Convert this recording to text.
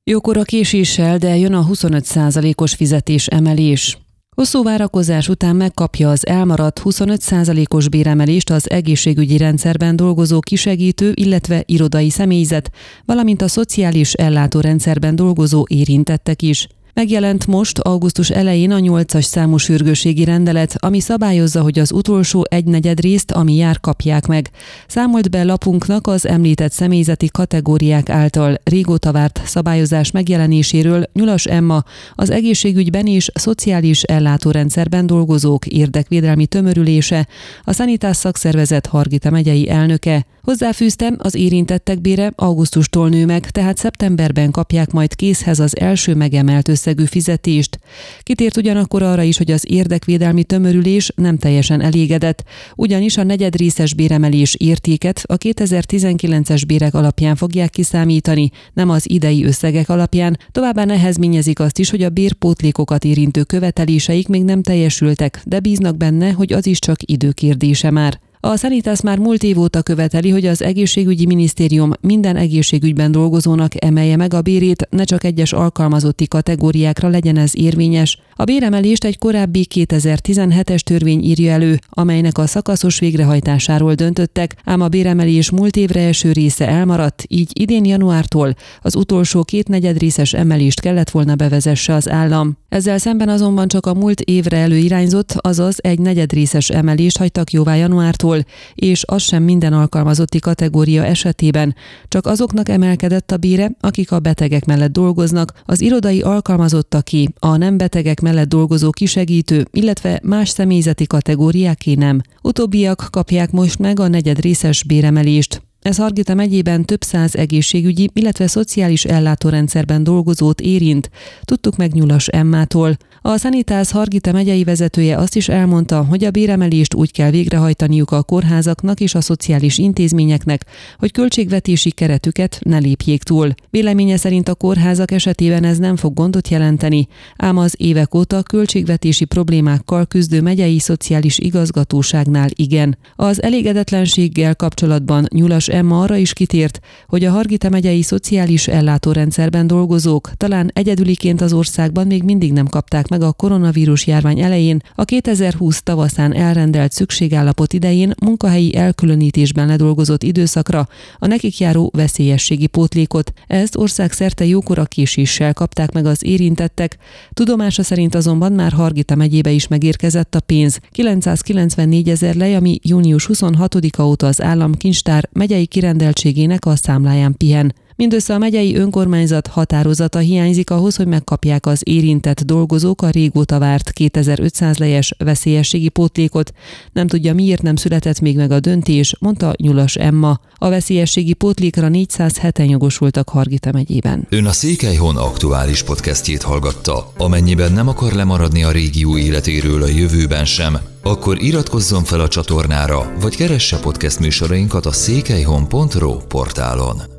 Jókora késéssel, de jön a 25%-os fizetésemelés. Hosszú várakozás után megkapja az elmaradt 25%-os béremelést az egészségügyi rendszerben dolgozó kisegítő, illetve irodai személyzet, valamint a szociális ellátórendszerben dolgozó érintettek is. Megjelent most, augusztus elején a 8-as számú sürgősségi rendelet, ami szabályozza, hogy az utolsó 1/4 részt, ami jár, kapják meg. Számolt be lapunknak az említett személyzeti kategóriák által régóta várt szabályozás megjelenéséről Nyulas Emma, az egészségügyben és szociális ellátórendszerben dolgozók érdekvédelmi tömörülése, a Sanitas szakszervezet Hargita megyei elnöke. Hozzáfűztem, az érintettek bére augusztustól nő meg, tehát szeptemberben kapják majd készhez az első megemelt összegű fizetést. Kitért ugyanakkor arra is, hogy az érdekvédelmi tömörülés nem teljesen elégedett, ugyanis a negyedrészes béremelés értéket a 2019-es bérek alapján fogják kiszámítani, nem az idei összegek alapján, továbbá nehezményezik azt is, hogy a bérpótlékokat érintő követeléseik még nem teljesültek, de bíznak benne, hogy az is csak időkérdése már. A Sanitas már múlt év óta követeli, hogy az egészségügyi minisztérium minden egészségügyben dolgozónak emelje meg a bérét, ne csak egyes alkalmazotti kategóriákra legyen ez érvényes. A béremelést egy korábbi 2017-es törvény írja elő, amelynek a szakaszos végrehajtásáról döntöttek, ám a béremelés múlt évre eső része elmaradt, így idén januártól az utolsó 2/4 részes emelést kellett volna bevezesse az állam. Ezzel szemben azonban csak a múlt évre előirányzott, azaz 1/4 részes emelést hagytak jóvá januártól, és az sem minden alkalmazotti kategória esetében, csak azoknak emelkedett a bére, akik a betegek mellett dolgoznak, az irodai alkalmazottaké, a nem betegek mellett dolgozó kisegítő, illetve más személyzeti kategóriáké nem. Utóbbiak kapják most meg a negyedrészes béremelést. Ez Hargita megyében több száz egészségügyi, illetve szociális ellátórendszerben dolgozót érint, tudtuk meg Nyulas Emmától. A Sanitas Hargita megyei vezetője azt is elmondta, hogy a béremelést úgy kell végrehajtaniuk a kórházaknak és a szociális intézményeknek, hogy költségvetési keretüket ne lépjék túl. Véleménye szerint a kórházak esetében ez nem fog gondot jelenteni, ám az évek óta költségvetési problémákkal küzdő megyei szociális igazgatóságnál igen. Az elégedetlenséggel kapcsolatban Nyulas Emma arra is kitért, hogy a Hargita megyei szociális ellátórendszerben dolgozók talán egyedüliként az országban még mindig nem kapták meg a koronavírus járvány elején a 2020 tavaszán elrendelt szükségállapot idején munkahelyi elkülönítésben ledolgozott időszakra a nekik járó veszélyességi pótlékot. Ezt országszerte jókora késéssel kapták meg az érintettek. Tudomása szerint azonban már Hargita megyébe is megérkezett a pénz. 994 000 lej, ami június 26-a óta az államkincstár megyei kirendeltségének a számláján pihen. Mindössze a megyei önkormányzat határozata hiányzik ahhoz, hogy megkapják az érintett dolgozók a régóta várt 2500 lejes veszélyességi pótlékot. Nem tudja, miért nem született még meg a döntés, mondta Nyulas Emma. A veszélyességi pótlékra 407-en jogosultak Hargita megyében. Ön a Székelyhon aktuális podcastjét hallgatta. Amennyiben nem akar lemaradni a régió életéről a jövőben sem, akkor iratkozzon fel a csatornára, vagy keresse podcast műsorainkat a székelyhon.ro portálon.